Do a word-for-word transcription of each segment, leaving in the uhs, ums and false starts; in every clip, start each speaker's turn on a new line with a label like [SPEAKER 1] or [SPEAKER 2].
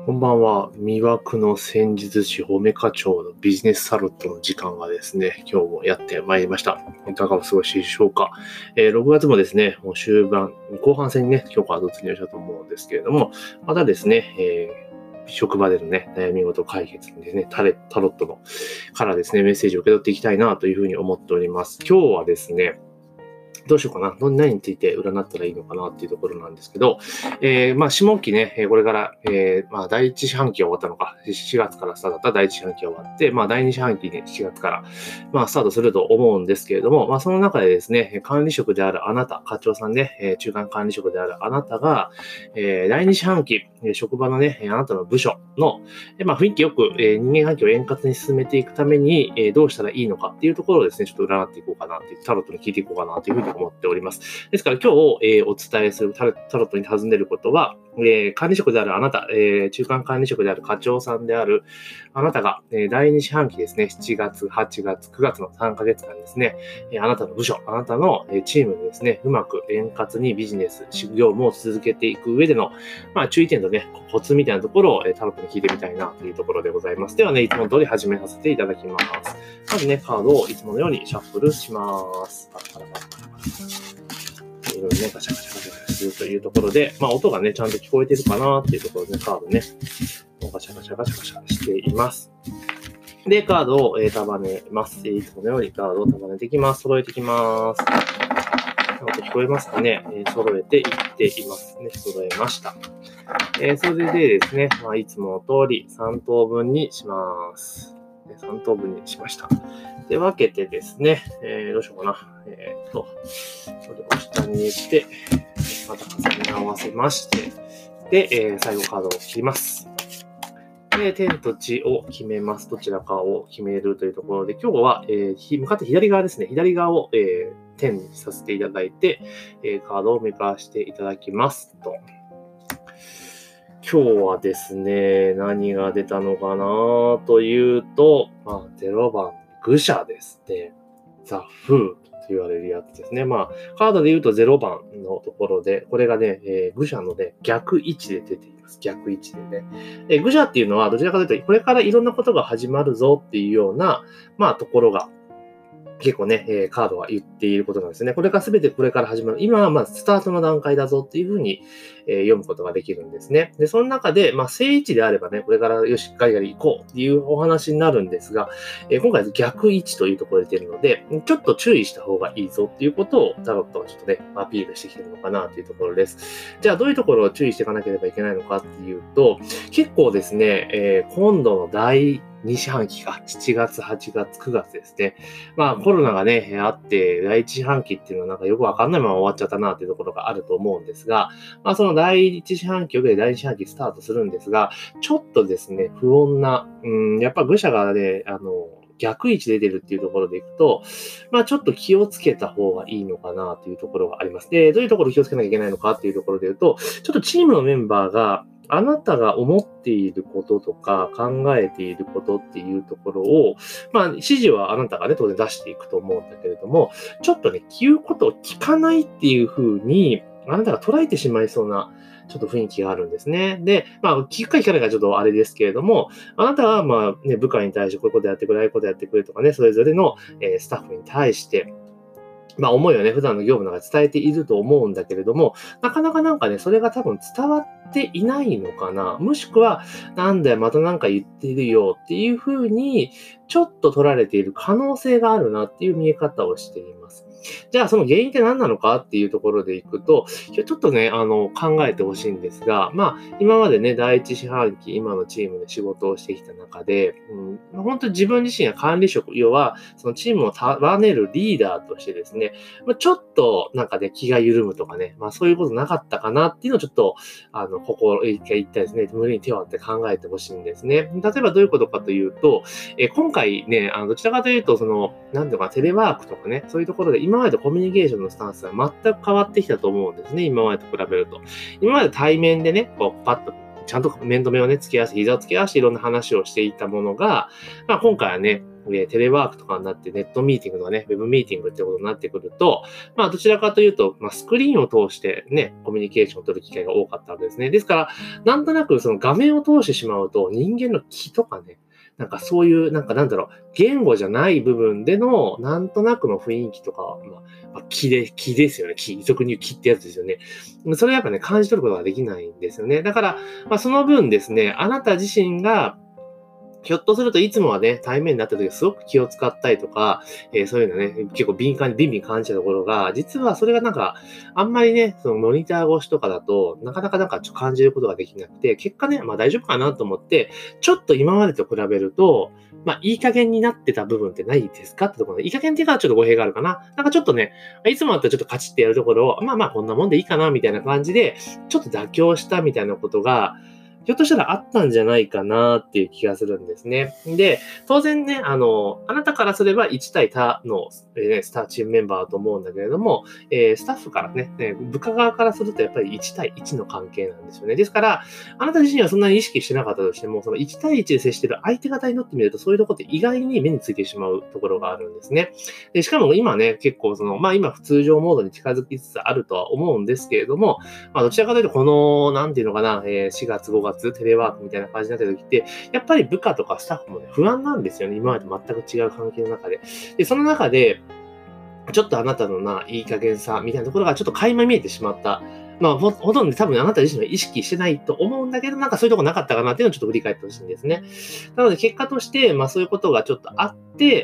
[SPEAKER 1] こんばんは。魅惑の戦術師、褒め課長のビジネスサロットの時間がですね、今日もやってまいりました。いかがお過ごしでしょうか。えー、ろくがつもですね、もう終盤、後半戦にね、今日から突入したと思うんですけれども、またですね、えー職場でのね、悩み事解決にですね、タレ、タロットのからですね、メッセージを受け取っていきたいなというふうに思っております。今日はですね、どうしようかな。何について占ったらいいのかなっていうところなんですけど、えー、まあ、下期ね、これから、えー、まあ、第一四半期が終わったのか、しがつからスタートだった第一四半期が終わって、まあ、第二四半期ね、しがつから、まあ、スタートすると思うんですけれども、まあ、その中でですね、管理職であるあなた、課長さんね、えー、中間管理職であるあなたが、えー、第二四半期、職場のね、あなたの部署の、まあ、雰囲気よく、えー、人間関係を円滑に進めていくために、えー、どうしたらいいのかっていうところをですね、ちょっと占っていこうかなっていう、タロットに聞いていこうかなというふうに思っております。ですから今日、えー、お伝えするタロットに尋ねることは、えー、管理職であるあなた、えー、中間管理職である課長さんであるあなたが、えー、第二四半期ですね、しちがつ、はちがつ、くがつのさんかげつかんですね、えー、あなたの部署、あなたの、えー、チームでですね、うまく円滑にビジネス、業務を続けていく上での、まあ、注意点とね、コツみたいなところを、えー、タロットに聞いてみたいなというところでございます。ではね、いつも通り始めさせていただきます。まずね、カードをいつものようにシャッフルします。パラパラパラパラパラいろいろね、ガチャガチャガチャガチャするというところで、まあ音がね、ちゃんと聞こえてるかなっていうところで、ね、カードね、ガチャガチャガチャガチャしています。で、カードを、えー、束ねます。いつものようにカードを束ねていきます。揃えていきます。音聞こえますかね、えー、揃えていっていますね。揃えました。えー、それでですね、まあ、いつもの通りさん等分にします。さん等分にしました。で、分けてですね、えー、どうしようかな。えー、っと、それを下に入れて、また重ね合わせまして、で、えー、最後カードを切ります。で、天と地を決めます。どちらかを決めるというところで、今日は、えー、向かって左側ですね。左側を、えー、天にさせていただいて、えー、カードをめくらせていただきますと。今日はですね、何が出たのかなというと、まあ、ゼロばん、愚者ですね。ザ・フーと言われるやつですね。まあ、カードで言うとゼロばんのところで、これがね、えー、愚者のね、逆位置で出ています。逆位置でね。えー、愚者っていうのは、どちらかというと、これからいろんなことが始まるぞっていうような、まあ、ところが、結構ね、えー、カードは言っていることなんですね。これが全てこれから始まる。今はまあスタートの段階だぞっていうふうに、えー、読むことができるんですね。で、その中で、まあ正位置であればね、これからよし、ガリガリ行こうっていうお話になるんですが、えー、今回逆位置というところで出ているので、ちょっと注意した方がいいぞっていうことをタロットはちょっとね、アピールしてきてるのかなというところです。じゃあどういうところを注意していかなければいけないのかっていうと、結構ですね、えー、今度の第に四半期か、しちがつ、はちがつ、くがつですね。まあコロナがね、あって、第一四半期っていうのはなんかよくわかんないまま終わっちゃったなっていうところがあると思うんですが、まあその第一四半期を受けて第二四半期スタートするんですが、ちょっとですね、不穏な、うん、やっぱ愚者がね、あの、逆位置で出るっていうところでいくと、まあちょっと気をつけた方がいいのかなというところがあります。で、どういうところを気をつけなきゃいけないのかっていうところで言うと、ちょっとチームのメンバーが、あなたが思っていることとか考えていることっていうところを、まあ指示はあなたがね、当然出していくと思うんだけれども、ちょっとね、言うことを聞かないっていう風に、あなたが捉えてしまいそうな、ちょっと雰囲気があるんですね。で、まあ、聞くか聞かないかちょっとあれですけれども、あなたはまあね、部下に対してこういうことやってくれ、ああいうことやってくれとかね、それぞれの、えー、スタッフに対して、まあ思いをね、普段の業務の中で伝えていると思うんだけれども、なかなかなんかね、それが多分伝わっていないのかな。もしくは、なんだよ、またなんか言ってるよっていう風に、ちょっと取られている可能性があるなっていう見え方をしています。じゃあその原因って何なのかっていうところでいくと、ちょっとね、あの、考えてほしいんですが、まあ、今までね、第一四半期、今のチームで仕事をしてきた中で、うん、本当に自分自身が管理職、要は、そのチームを束ねるリーダーとしてですね、まあ、ちょっとなんかね、気が緩むとかね、まあそういうことなかったかなっていうのをちょっと、あの、心、一回言ったですね、胸に手を当て考えてほしいんですね。例えばどういうことかというと、え今回ね、あの、どちらかというと、その、なんていうか、テレワークとかね、そういうところで今までコミュニケーションのスタンスは全く変わってきたと思うんですね、今までと比べると。今まで対面でね、こう、パッと、ちゃんと面と面をね、付き合わせて、膝を付き合わせていろんな話をしていたものが、まあ今回はね、 えー、テレワークとかになってネットミーティングとかね、ウェブミーティングってことになってくると、まあどちらかというと、まあスクリーンを通してね、コミュニケーションを取る機会が多かったわけですね。ですから、なんとなくその画面を通してしまうと人間の気とかね、なんかそういう、なんかなんだろう、言語じゃない部分での、なんとなくの雰囲気とか、まあ、まあ、気で、気ですよね。気。俗に言う気ってやつですよね。それやっぱね、感じ取ることができないんですよね。だから、まあその分ですね、あなた自身が、ひょっとするといつもはね、対面になった時すごく気を使ったりとか、えー、そういうのね、結構敏感にビンビン感じたところが、実はそれがなんか、あんまりね、そのモニター越しとかだと、なかなかなんかちょっと感じることができなくて、結果ね、まあ大丈夫かなと思って、ちょっと今までと比べると、まあいい加減になってた部分ってないですかってところで、いい加減っていうかちょっと語弊があるかな。なんかちょっとね、いつもだったらちょっとカチッてやるところを、まあまあこんなもんでいいかな、みたいな感じで、ちょっと妥協したみたいなことが、ひょっとしたらあったんじゃないかなっていう気がするんですね。で、当然ね、あの、あなたからすればいち対他の、えーね、スターチームメンバーだと思うんだけれども、えースタッフからね、ね部下側からするとやっぱりいち対いちの関係なんですよね。ですから、あなた自身はそんなに意識してなかったとしても、そのいち対いちで接している相手方にとってみると、そういうところって意外に目についてしまうところがあるんですね。で、しかも今ね、結構その、まあ今通常モードに近づきつつあるとは思うんですけれども、まあどちらかというとこの、なんていうのかな、えーしがつごがつテレワークみたいな感じになった時って、やっぱり部下とかスタッフもね、不安なんですよね。今までと全く違う関係の中で。で、その中で、ちょっとあなたのな、いい加減さ、みたいなところがちょっと垣間見えてしまった。まあ、ほ、ほとんど多分あなた自身は意識してないと思うんだけど、なんかそういうとこなかったかなっていうのをちょっと振り返ってほしいんですね。なので結果として、まあそういうことがちょっとあって、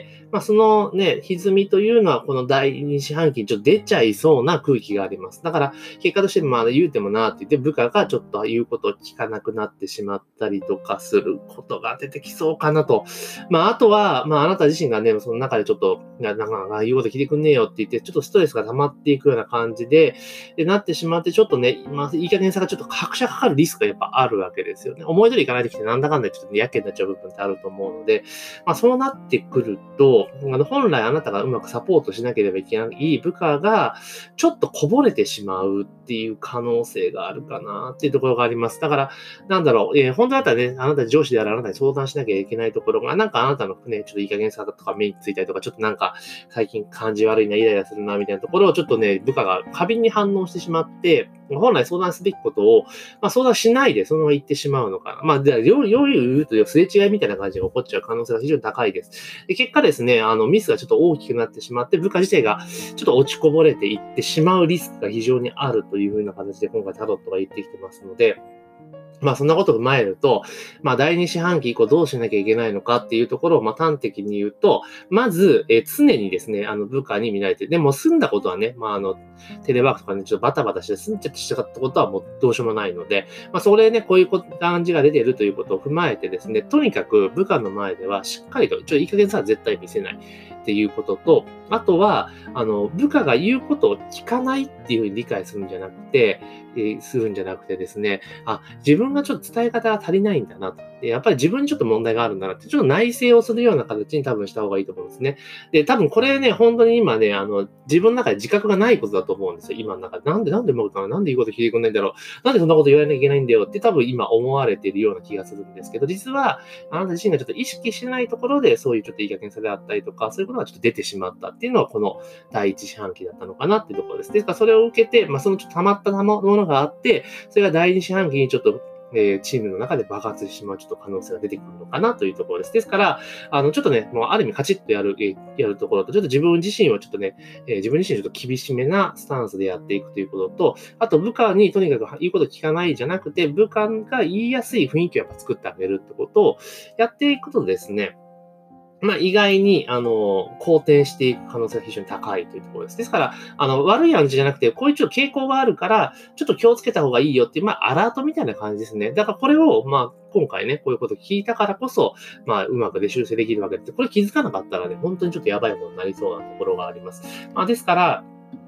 [SPEAKER 1] まあそのね、歪みというのはこの第二四半期にちょっと出ちゃいそうな空気があります。だから結果としてまあ言うてもなって言って部下がちょっと言うことを聞かなくなってしまったりとかすることが出てきそうかなと。まああとは、まああなた自身がね、その中でちょっと、なんか言うこと聞いてくんねえよって言って、ちょっとストレスが溜まっていくような感じで、でなってしまって、ちょっとね、まあいい加減さがちょっと拍車かかるリスクがやっぱあるわけですよね。思い通りいかないときってなんだかんだちょっとやけになっちゃう部分ってあると思うので、まあそうなってくると、あの本来あなたがうまくサポートしなければいけない部下が、ちょっとこぼれてしまうっていう可能性があるかなっていうところがあります。だから、なんだろう、えー、本当だったらね、あなた上司であるあなたに相談しなきゃいけないところが、なんかあなたのね、ちょっといい加減さとか目についたりとか、ちょっとなんか最近感じ悪いな、イライラするな、みたいなところをちょっとね、部下が過敏に反応してしまって、本来相談すべきことを、まあ相談しないでそのまま言ってしまうのかな。まあ、で、よう言うとすれ違いみたいな感じが起こっちゃう可能性が非常に高いです。で結果ですね、あの、ミスがちょっと大きくなってしまって、部下自体がちょっと落ちこぼれていってしまうリスクが非常にあるというふうな形で今回タロットが言ってきてますので、まあそんなことを踏まえると、まあ第二四半期以降どうしなきゃいけないのかっていうところをまあ端的に言うと、まず、えー常にですね、あの部下に見られて、でも済んだことはね、まああの、テレワークとかね、ちょっとバタバタして済んじゃってしまったことはもうどうしようもないので、まあそれね、こういう感じが出ているということを踏まえてですね、とにかく部下の前ではしっかりと、ちょっといい加減さは絶対見せないっていうことと、あとは、あの、部下が言うことを聞かないっていうふうに理解するんじゃなくて、えーするんじゃなくてですね、あ、自分がちょっと伝え方が足りないんだなと。でやっぱり自分にちょっと問題があるんだなって、ちょっと内省をするような形に多分した方がいいと思うんですね。で、多分これね、本当に今ね、あの、自分の中で自覚がないことだと思うんですよ。今の中で。なんで、なんでうまくいかない、なんで言うこと聞いてくんないんだろう。なんでそんなこと言われなきゃいけないんだよって多分今思われているような気がするんですけど、実はあなた自身がちょっと意識してないところで、そういうちょっといい加減さであったりとか、そういうことがちょっと出てしまったっていうのは、この第一四半期だったのかなっていうところです。ですから、それを受けて、まあ、そのちょっと溜まったものがあって、それが第二四半期にちょっと、えーチームの中で爆発してしまうちょっと可能性が出てくるのかなというところです。ですから、あの、ちょっとね、もうある意味カチッとやる、えーやるところと、ちょっと自分自身をちょっとね、えー自分自身ちょっと厳しめなスタンスでやっていくということと、あと部下にとにかく言うこと聞かないじゃなくて、部下が言いやすい雰囲気をやっぱ作ってあげるってことをやっていくとですね、まあ、意外に、あの、好転していく可能性が非常に高いというところです。ですから、あの、悪い暗示じゃなくて、こういうちょっと傾向があるから、ちょっと気をつけた方がいいよっていう、まあ、アラートみたいな感じですね。だからこれを、まあ、今回ね、こういうことを聞いたからこそ、まあ、うまくで修正できるわけで、これ気づかなかったらね、本当にちょっとやばいことになりそうなところがあります。まあ、ですから、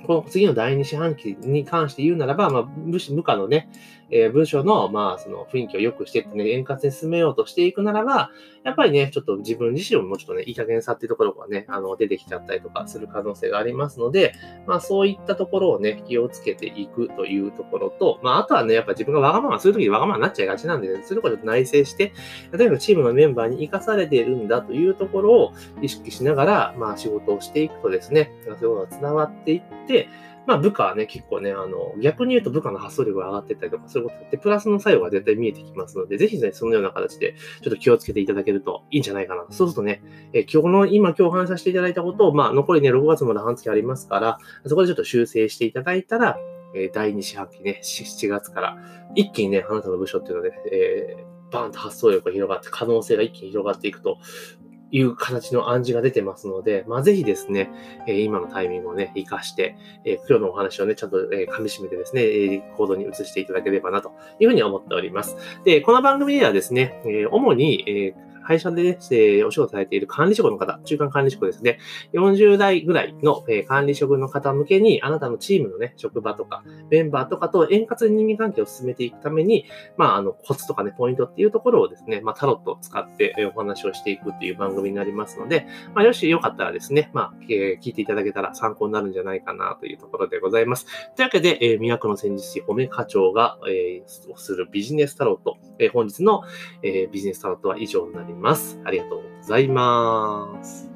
[SPEAKER 1] この次の第二四半期に関して言うならば、まあ、部部下のね、えー文章の、まあ、その雰囲気を良くしてってね、円滑に進めようとしていくならば、やっぱりね、ちょっと自分自身ももうちょっとね、いい加減さっていうところがね、あの、出てきちゃったりとかする可能性がありますので、まあ、そういったところをね、気をつけていくというところと、まあ、あとはね、やっぱ自分がわがまま、そういう時にわがままになっちゃいがちなんで、ね、そういうところをちょっと内省して、例えばチームのメンバーに生かされているんだというところを意識しながら、まあ、仕事をしていくとですね、そういうことが繋がっていって、まあ部下はね、結構ね、あの、逆に言うと部下の発想力が上がっていったりとか、そういうことってプラスの作用が絶対見えてきますので、ぜひね、そのような形でちょっと気をつけていただけるといいんじゃないかな。そうするとね、えー今日の、今今日お話しさせていただいたことを、まあ残りね、ろくがつまで半月ありますから、そこでちょっと修正していただいたら、えー第二四半期ね、しちがつから一気にね、あなたの部署っていうのはね、えーバーンと発想力が広がって、可能性が一気に広がっていくという形の暗示が出てますので、まあ、ぜひですね、えー今のタイミングをね、活かして、えー今日のお話をね、ちゃんと、えー噛み締めてですね、えー行動に移していただければなというふうに思っております。で、この番組ではですね、えー主に、えー会社でね、えーお仕事されている管理職の方、中間管理職ですね、よんじゅう代ぐらいの、えー管理職の方向けに、あなたのチームのね、職場とか、メンバーとかと円滑に人間関係を進めていくために、まあ、あの、コツとかね、ポイントっていうところをですね、まあ、タロットを使ってえーお話をしていくっていう番組になりますので、まあ、よし、よかったらですね、まあ、えー聞いていただけたら参考になるんじゃないかなというところでございます。というわけで、えー、魅惑の戦術師、褒め課長が、えーするビジネスタロット、えー本日の、えービジネスタロットは以上になります。ありがとうございます。